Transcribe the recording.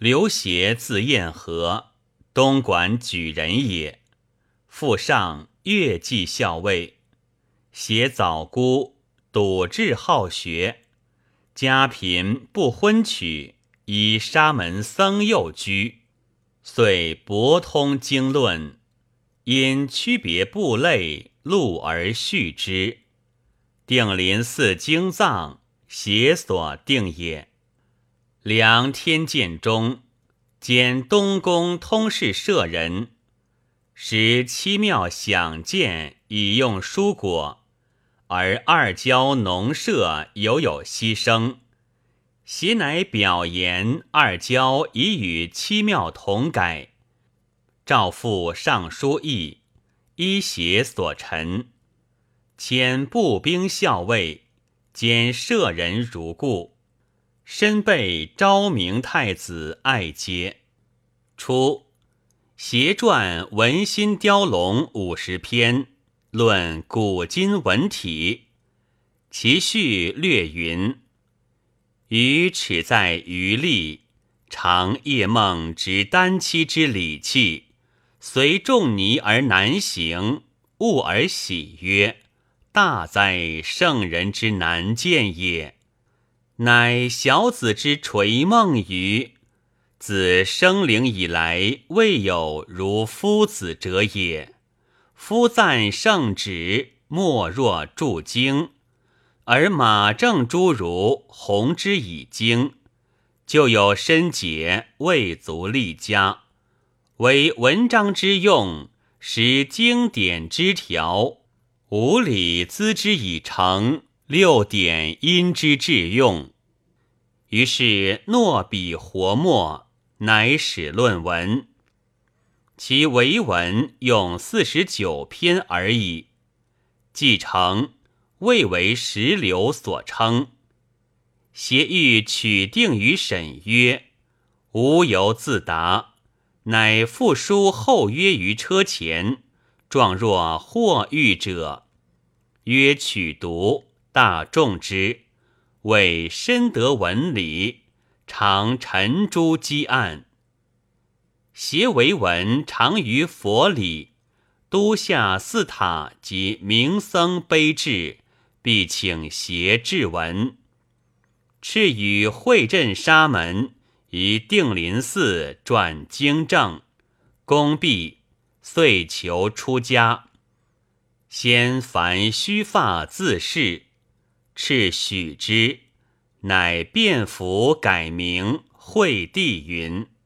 刘协字彦和，东莞举人也。父上乐伎校尉，协早孤，笃志好学。家贫不婚娶，以沙门僧幼居，遂博通经论，因区别部类，录而序之。定林寺经藏，协所定也。梁天监中，兼东宫通事舍人，时七庙享见以用蔬果，而二郊农舍有牺牲。协乃表言二郊已与七庙同改，诏复尚书议，依协所陈，迁步兵校尉，兼舍人如故。身被昭明太子爱接。初，协撰文心雕龙50篇，论古今文体。其序略云：余耻在余力，常夜梦执丹期之礼器，随仲尼而难行，悟而喜曰：大哉圣人之难见也！乃小子之垂梦于自生灵以来，未有如夫子者也。夫赞圣旨，莫若注经，而马正诸儒弘之以经，就有深解，未足立家。为文章之用，使经典之条，五礼资之以成，六典因之致用。于是诺笔活墨，乃始论文。其为文用49篇而已，既成，未为时流所称。协欲取定于审曰：无由自答，乃复书后约于车前，状若获谕者。曰取读，大众之，谓深得文理，常陈诸积案。协为文常于佛理，都下寺塔及名僧碑志，必请协制文。敕与会镇沙门于定林寺撰经正，功毕，遂求出家。先凡须发自仕，敕许之，乃变服改名惠帝云。